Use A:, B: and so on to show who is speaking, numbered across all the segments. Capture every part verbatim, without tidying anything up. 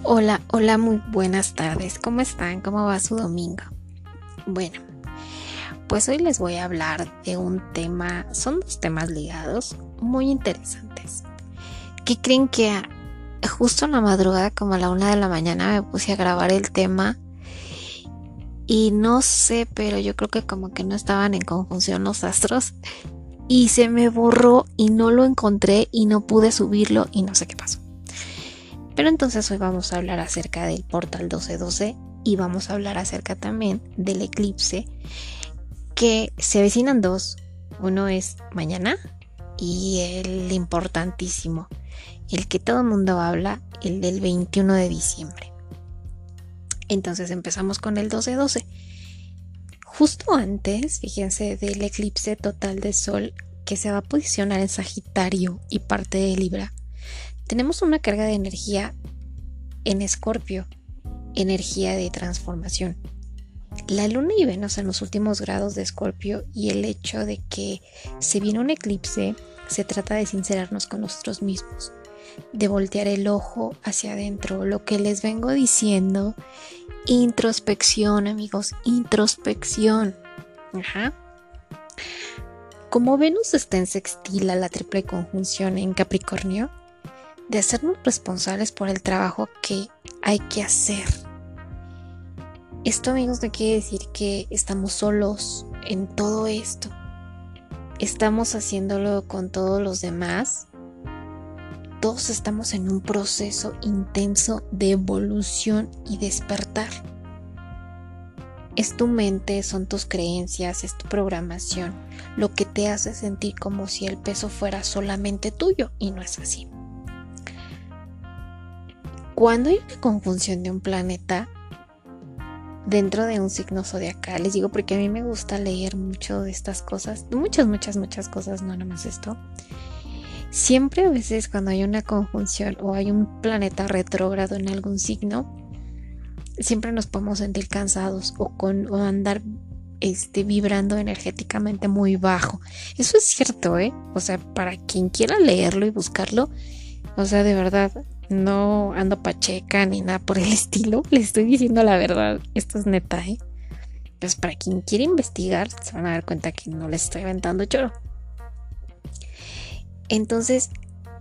A: Hola, hola, muy buenas tardes. ¿Cómo están? ¿Cómo va su domingo? Bueno, pues hoy les voy a hablar de un tema, son dos temas ligados muy interesantes. ¿Qué creen que a- justo en la madrugada, como a la una de la mañana, me puse a grabar el tema y no sé, pero yo creo que como que no estaban en conjunción los astros y se me borró y no lo encontré y no pude subirlo y no sé qué pasó. Pero entonces hoy vamos a hablar acerca del portal doce doce y vamos a hablar acerca también del eclipse, que se avecinan dos. Uno es mañana y el importantísimo, el que todo el mundo habla, el del veintiuno de diciembre. Entonces empezamos con el doce doce. Justo antes, fíjense, del eclipse total de Sol que se va a posicionar en Sagitario y parte de Libra, tenemos una carga de energía en Escorpio, energía de transformación. La Luna y Venus en los últimos grados de Escorpio y el hecho de que se viene un eclipse, se trata de sincerarnos con nosotros mismos, de voltear el ojo hacia adentro, lo que les vengo diciendo, introspección, amigos, introspección. Ajá. Como Venus está en sextil a la triple conjunción en Capricornio, de hacernos responsables por el trabajo que hay que hacer. Esto, amigos, no quiere decir que estamos solos en todo esto. Estamos haciéndolo con todos los demás. Todos estamos en un proceso intenso de evolución y despertar. Es tu mente, son tus creencias, es tu programación, lo que te hace sentir como si el peso fuera solamente tuyo, y no es así. Cuando hay una conjunción de un planeta dentro de un signo zodiacal, les digo porque a mí me gusta leer mucho de estas cosas, muchas, muchas, muchas cosas, no nada más esto. Siempre a veces cuando hay una conjunción o hay un planeta retrógrado en algún signo, siempre nos podemos sentir cansados o, con, o andar este, vibrando energéticamente muy bajo. Eso es cierto, ¿eh? O sea, para quien quiera leerlo y buscarlo, o sea, de verdad, no ando pacheca ni nada por el estilo. Les estoy diciendo la verdad. Esto es neta, ¿eh? Pues para quien quiera investigar, se van a dar cuenta que no les estoy aventando choro. Entonces,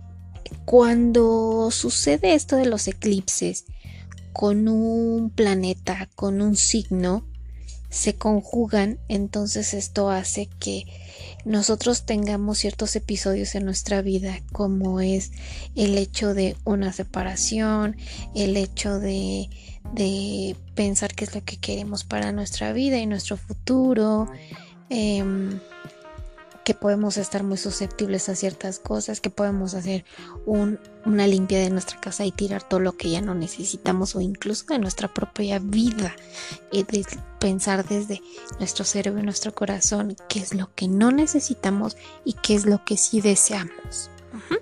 A: cuando sucede esto de los eclipses con un planeta, con un signo, se conjugan, entonces esto hace que nosotros tengamos ciertos episodios en nuestra vida, como es el hecho de una separación, el hecho de, de pensar qué es lo que queremos para nuestra vida y nuestro futuro, eh, que podemos estar muy susceptibles a ciertas cosas, que podemos hacer un, una limpia de nuestra casa y tirar todo lo que ya no necesitamos, o incluso de nuestra propia vida, y de pensar desde nuestro cerebro y nuestro corazón qué es lo que no necesitamos y qué es lo que sí deseamos. Uh-huh.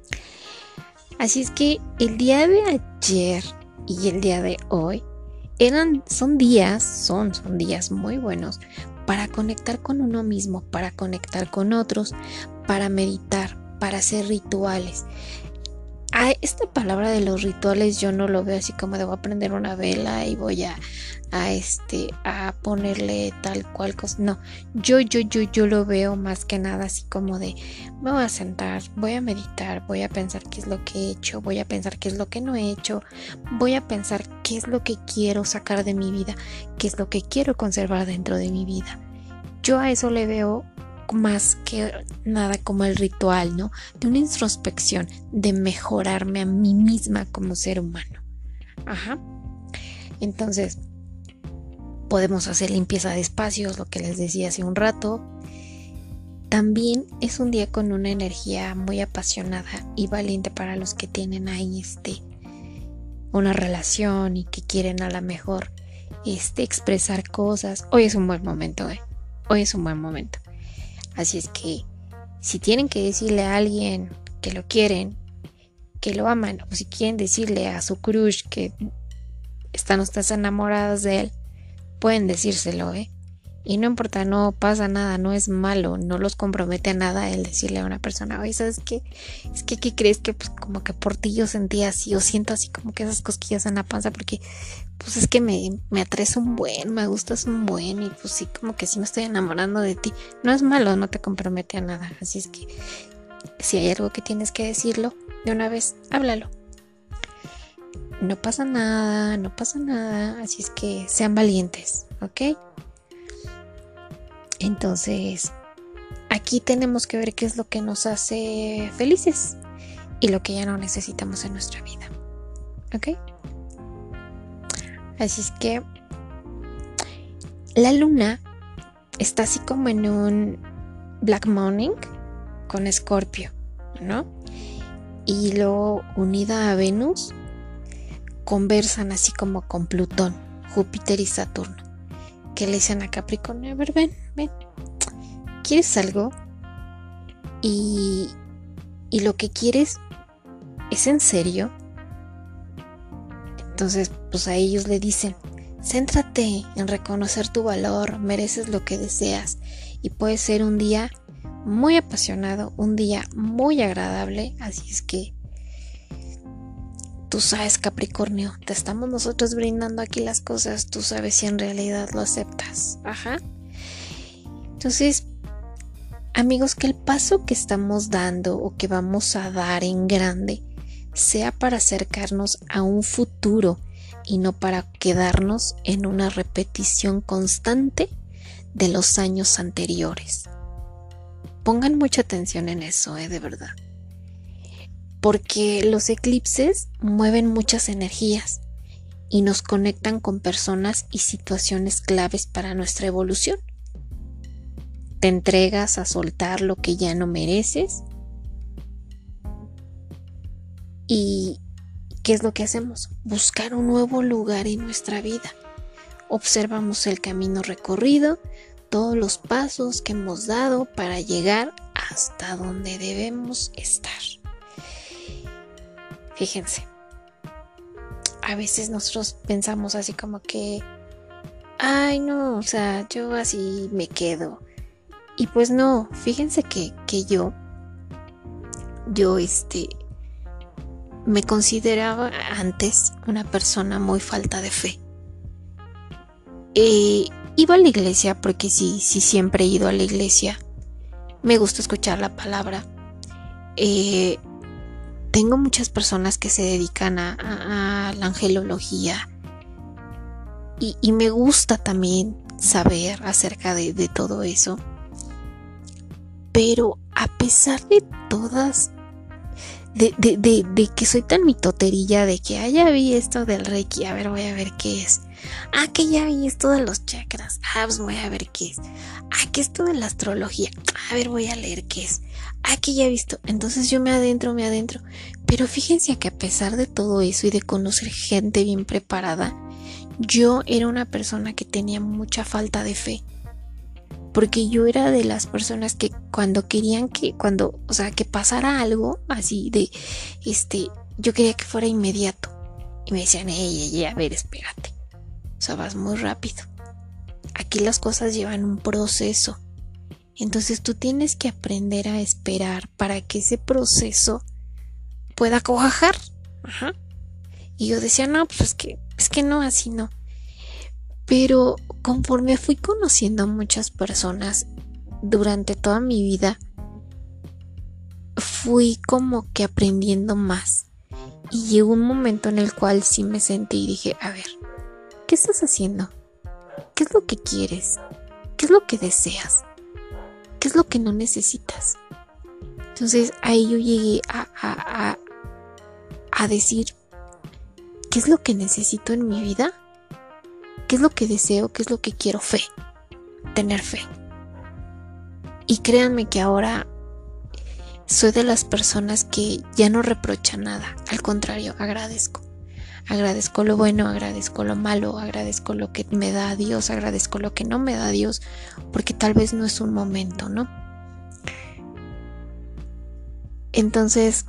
A: Así es que el día de ayer y el día de hoy eran, son días, son, son días muy buenos para conectar con uno mismo, para conectar con otros, para meditar, para hacer rituales. A esta palabra de los rituales yo no lo veo así como de voy a prender una vela y voy a, a este a ponerle tal cual cosa. No, yo yo yo yo lo veo más que nada así como de me voy a sentar, voy a meditar, voy a pensar qué es lo que he hecho, voy a pensar qué es lo que no he hecho, voy a pensar qué es lo que quiero sacar de mi vida, qué es lo que quiero conservar dentro de mi vida. Yo a eso le veo más que nada como el ritual, ¿no? De una introspección, de mejorarme a mí misma como ser humano. Ajá. Entonces, podemos hacer limpieza de espacios, lo que les decía hace un rato. También es un día con una energía muy apasionada y valiente para los que tienen ahí este una relación y que quieren a la mejor este expresar cosas. Hoy es un buen momento, ¿eh? Hoy es un buen momento. Así es que si tienen que decirle a alguien que lo quieren, que lo aman, o si quieren decirle a su crush que están ustedes enamoradas de él, pueden decírselo, ¿eh? Y no importa, no pasa nada, no es malo, no los compromete a nada el decirle a una persona, oye, ¿sabes qué? Es que, ¿qué crees? Que pues como que por ti yo sentía así, o siento así como que esas cosquillas en la panza, porque pues es que me, me atraes un buen, me gustas un buen, y pues sí, como que sí me estoy enamorando de ti. No es malo, no te compromete a nada, así es que si hay algo que tienes que decirlo, de una vez, háblalo. No pasa nada, no pasa nada, así es que sean valientes, ¿ok? Entonces, aquí tenemos que ver qué es lo que nos hace felices y lo que ya no necesitamos en nuestra vida, ¿ok? Así es que la luna está así como en un Black Morning con Escorpio, ¿no? Y luego unida a Venus, conversan así como con Plutón, Júpiter y Saturno, que le dicen a Capricornio, a ver, ven, ven, ¿quieres algo? Y, y lo que quieres es en serio. Entonces, pues a ellos le dicen, céntrate en reconocer tu valor, mereces lo que deseas y puede ser un día muy apasionado, un día muy agradable, así es que tú sabes, Capricornio, te estamos nosotros brindando aquí las cosas, tú sabes si en realidad lo aceptas. Ajá. Entonces, amigos, que el paso que estamos dando o que vamos a dar en grande sea para acercarnos a un futuro y no para quedarnos en una repetición constante de los años anteriores. Pongan mucha atención en eso, eh, de verdad. Porque los eclipses mueven muchas energías y nos conectan con personas y situaciones claves para nuestra evolución. Te entregas a soltar lo que ya no mereces. ¿Y qué es lo que hacemos? Buscar un nuevo lugar en nuestra vida. Observamos el camino recorrido, todos los pasos que hemos dado para llegar hasta donde debemos estar. Fíjense, a veces nosotros pensamos así como que, ay no, o sea, yo así me quedo. Y pues no, fíjense que, que yo, yo este, me consideraba antes una persona muy falta de fe. Eh, iba a la iglesia porque sí, sí siempre he ido a la iglesia. Me gusta escuchar la palabra. Eh, tengo muchas personas que se dedican a, a, a la angelología. Y, y me gusta también saber acerca de, de todo eso. Pero a pesar de todas, de, de, de, de que soy tan mitoterilla, de que ah, ya vi esto del Reiki, a ver, voy a ver qué es. Ah, que ya vi esto de los chakras, ah, pues voy a ver qué es. Ah, que esto de la astrología, a ver, voy a leer qué es. Ah, que ya he visto. Entonces yo me adentro, me adentro. Pero fíjense que a pesar de todo eso y de conocer gente bien preparada, yo era una persona que tenía mucha falta de fe. Porque yo era de las personas que cuando querían que, cuando, o sea, que pasara algo así de, este, yo quería que fuera inmediato. Y me decían, ey, ey, a ver, espérate. O sea, vas muy rápido. Aquí las cosas llevan un proceso. Entonces tú tienes que aprender a esperar para que ese proceso pueda cuajar. Ajá. Y yo decía, no, pues es que, es que no, así no. Pero conforme fui conociendo a muchas personas durante toda mi vida, fui como que aprendiendo más. Y llegó un momento en el cual sí me sentí y dije, a ver, ¿qué estás haciendo? ¿Qué es lo que quieres? ¿Qué es lo que deseas? ¿Qué es lo que no necesitas? Entonces ahí yo llegué a, a, a, a decir, ¿qué es lo que necesito en mi vida? ¿Qué es lo que deseo? ¿Qué es lo que quiero? Fe. Tener fe. Y créanme que ahora soy de las personas que ya no reprocha nada. Al contrario, agradezco. Agradezco lo bueno, agradezco lo malo, agradezco lo que me da Dios, agradezco lo que no me da Dios, porque tal vez no es un momento, ¿no? Entonces,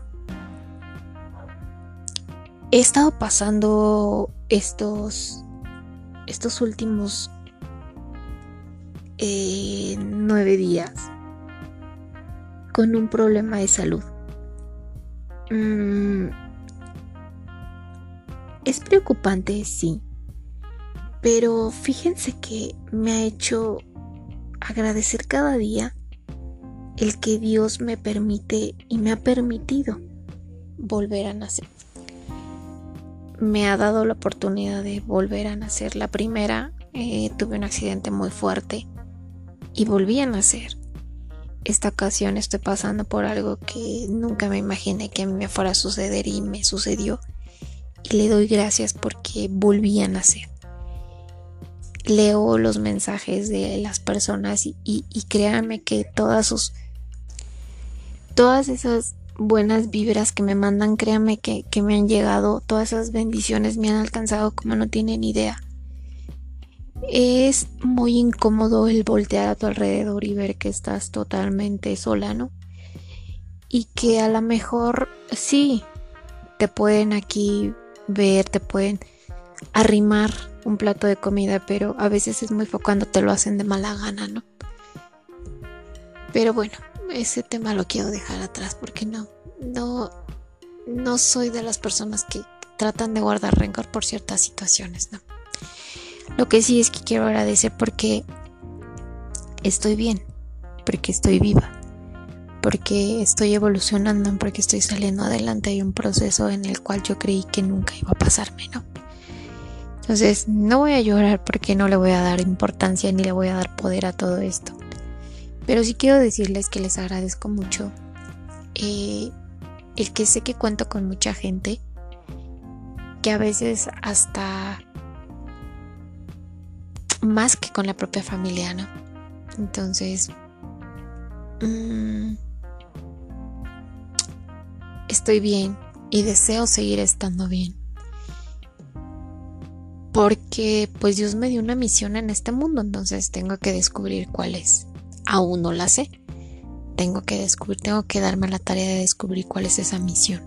A: he estado pasando estos, estos últimos eh, nueve días con un problema de salud. Mm, es preocupante, sí, pero fíjense que me ha hecho agradecer cada día el que Dios me permite y me ha permitido volver a nacer. Me ha dado la oportunidad de volver a nacer. La primera, eh, tuve un accidente muy fuerte y volví a nacer. Esta ocasión estoy pasando por algo que nunca me imaginé que a mí me fuera a suceder y me sucedió. Y le doy gracias porque volví a nacer. Leo los mensajes de las personas y, y, y créanme que todas sus todas esas buenas vibras que me mandan, créanme que, que me han llegado, todas esas bendiciones me han alcanzado como no tienen idea. Es muy incómodo el voltear a tu alrededor y ver que estás totalmente sola, ¿no? Y que a lo mejor sí, te pueden aquí ver, te pueden arrimar un plato de comida, pero a veces es muy feo cuando te lo hacen de mala gana, ¿no? Pero bueno, ese tema lo quiero dejar atrás porque no, no, no soy de las personas que tratan de guardar rencor por ciertas situaciones, ¿no? Lo que sí es que quiero agradecer porque estoy bien, porque estoy viva, porque estoy evolucionando, porque estoy saliendo adelante de un proceso en el cual yo creí que nunca iba a pasarme, ¿no? Entonces no voy a llorar porque no le voy a dar importancia ni le voy a dar poder a todo esto. Pero sí quiero decirles que les agradezco mucho eh, el que sé que cuento con mucha gente, que a veces hasta más que con la propia familia, ¿no? Entonces mmm, estoy bien y deseo seguir estando bien. Porque pues Dios me dio una misión en este mundo, entonces tengo que descubrir cuál es. Aún no la sé. Tengo que descubrir, tengo que darme la tarea de descubrir cuál es esa misión.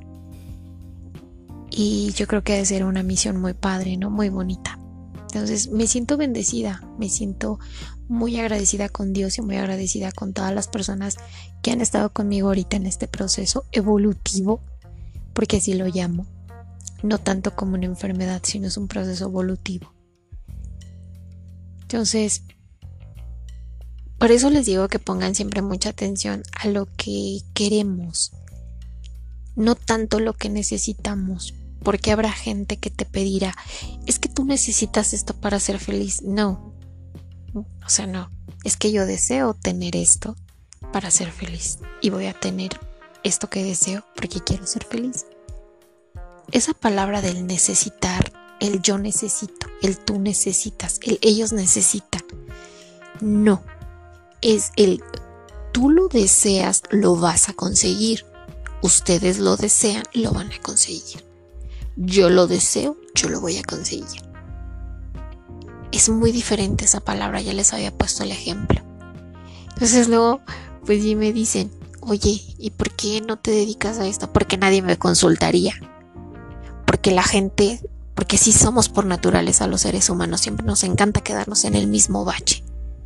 A: Y yo creo que debe ser una misión muy padre, ¿no? Muy bonita. Entonces me siento bendecida, me siento muy agradecida con Dios y muy agradecida con todas las personas que han estado conmigo ahorita en este proceso evolutivo, porque así lo llamo. No tanto como una enfermedad, sino es un proceso evolutivo. Entonces, por eso les digo que pongan siempre mucha atención a lo que queremos, no tanto lo que necesitamos, porque habrá gente que te pedirá, es que tú necesitas esto para ser feliz. No, o sea, no, es que yo deseo tener esto para ser feliz y voy a tener esto que deseo porque quiero ser feliz. Esa palabra del necesitar, el yo necesito, el tú necesitas, el ellos necesitan, no. Es el tú lo deseas, lo vas a conseguir. Ustedes lo desean, lo van a conseguir. Yo lo deseo, yo lo voy a conseguir. Es muy diferente esa palabra, ya les había puesto el ejemplo. Entonces luego, pues sí me dicen, oye, ¿y por qué no te dedicas a esto? Porque nadie me consultaría. Porque la gente, porque sí somos por naturaleza los seres humanos, siempre nos encanta quedarnos en el mismo bache.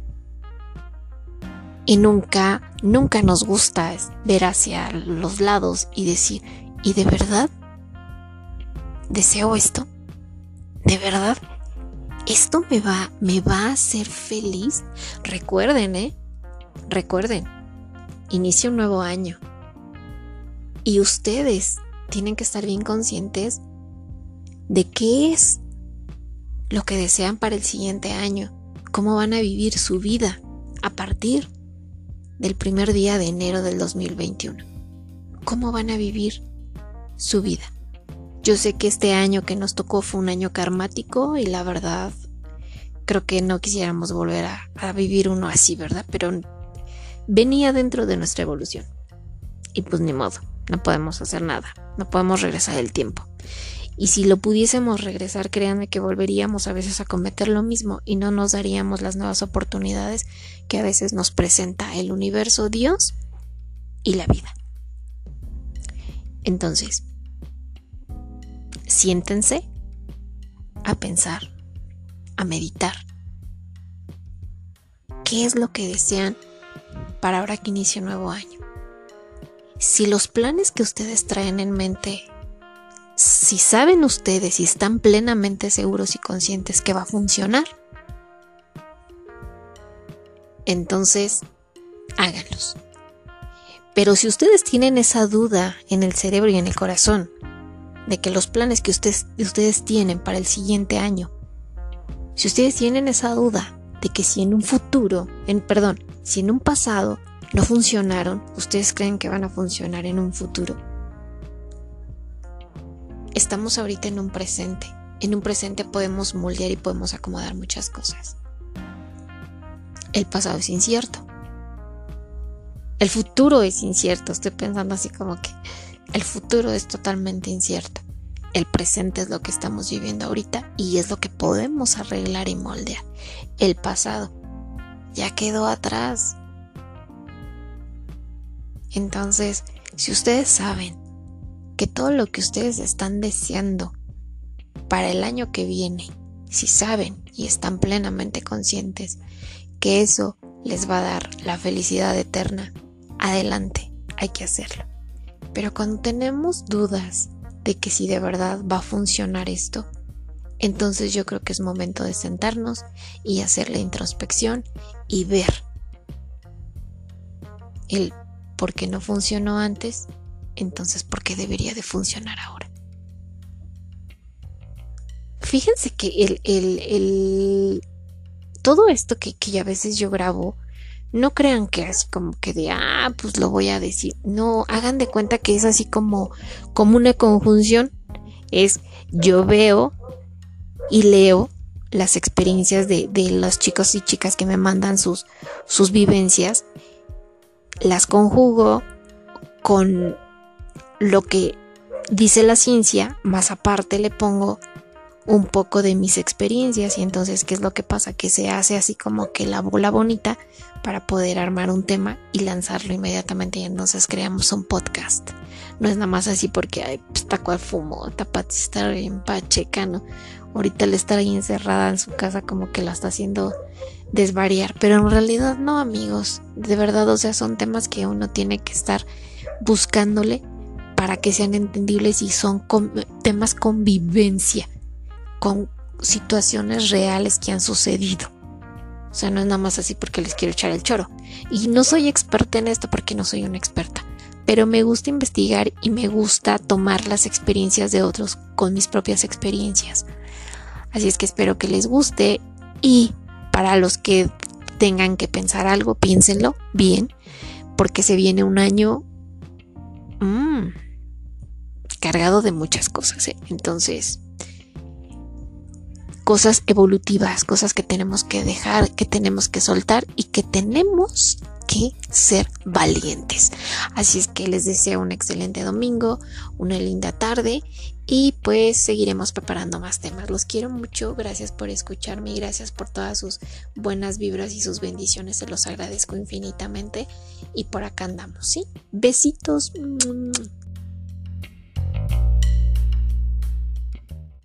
A: Y nunca, nunca nos gusta ver hacia los lados y decir, ¿y de verdad deseo esto? ¿De verdad esto me va, me va a hacer feliz? Recuerden, ¿eh? Recuerden, inicia un nuevo año. Y ustedes tienen que estar bien conscientes de qué es lo que desean para el siguiente año. Cómo van a vivir su vida a partir del primer día de enero del dos mil veintiuno. ¿Cómo van a vivir su vida? Yo sé que este año que nos tocó fue un año karmático y la verdad creo que no quisiéramos volver a, a vivir uno así, ¿verdad? Pero venía dentro de nuestra evolución. Y pues ni modo, no podemos hacer nada, no podemos regresar el tiempo. Y si lo pudiésemos regresar, créanme que volveríamos a veces a cometer lo mismo y no nos daríamos las nuevas oportunidades que a veces nos presenta el universo, Dios y la vida. Entonces, siéntense a pensar, a meditar. qué es lo que desean para ahora que inicia un nuevo año. Si los planes que ustedes traen en mente, si saben ustedes y están plenamente seguros y conscientes que va a funcionar, entonces háganlos. Pero si ustedes tienen esa duda en el cerebro y en el corazón de que los planes que ustedes, ustedes tienen para el siguiente año, si ustedes tienen esa duda de que si en un futuro, en, perdón, si en un pasado no funcionaron, ustedes creen que van a funcionar en un futuro. Estamos ahorita en un presente. En un presente podemos moldear y podemos acomodar muchas cosas. El pasado es incierto. El futuro es incierto. Estoy pensando así como que el futuro es totalmente incierto. El presente es lo que estamos viviendo ahorita y es lo que podemos arreglar y moldear. El pasado ya quedó atrás. Entonces, si ustedes saben que todo lo que ustedes están deseando para el año que viene, si saben y están plenamente conscientes que eso les va a dar la felicidad eterna, adelante, hay que hacerlo. Pero cuando tenemos dudas de que si de verdad va a funcionar esto, entonces yo creo que es momento de sentarnos y hacer la introspección y ver el por qué no funcionó antes, entonces por qué debería de funcionar ahora. Fíjense que el, el, el todo esto que, que a veces yo grabo, no crean que así como que de, ah, pues lo voy a decir. No, hagan de cuenta que es así como, como una conjunción. Es yo veo y leo las experiencias de, de los chicos y chicas que me mandan sus, sus vivencias. Las conjugo con lo que dice la ciencia, más aparte le pongo un poco de mis experiencias. Y entonces, ¿qué es lo que pasa? Que se hace así como que la bola bonita para poder armar un tema y lanzarlo inmediatamente, y entonces creamos un podcast. No es nada más así porque ay, pues, está cual fumo, está para estar en pacheca, ¿no? Ahorita el estar ahí encerrada en su casa como que la está haciendo desvariar, pero en realidad no, amigos, de verdad, o sea, son temas que uno tiene que estar buscándole para que sean entendibles, y son con, temas con vivencia, con situaciones reales que han sucedido. O sea, no es nada más así porque les quiero echar el choro. Y no soy experta en esto porque no soy una experta, pero me gusta investigar y me gusta tomar las experiencias de otros con mis propias experiencias. Así es que espero que les guste, y para los que tengan que pensar algo, piénsenlo bien, porque se viene un año mmm, cargado de muchas cosas, ¿eh? Entonces, cosas evolutivas, cosas que tenemos que dejar, que tenemos que soltar y que tenemos que ser valientes. Así es que les deseo un excelente domingo, una linda tarde, y pues seguiremos preparando más temas. Los quiero mucho, gracias por escucharme y gracias por todas sus buenas vibras y sus bendiciones, se los agradezco infinitamente, y por acá andamos, ¿sí? Besitos.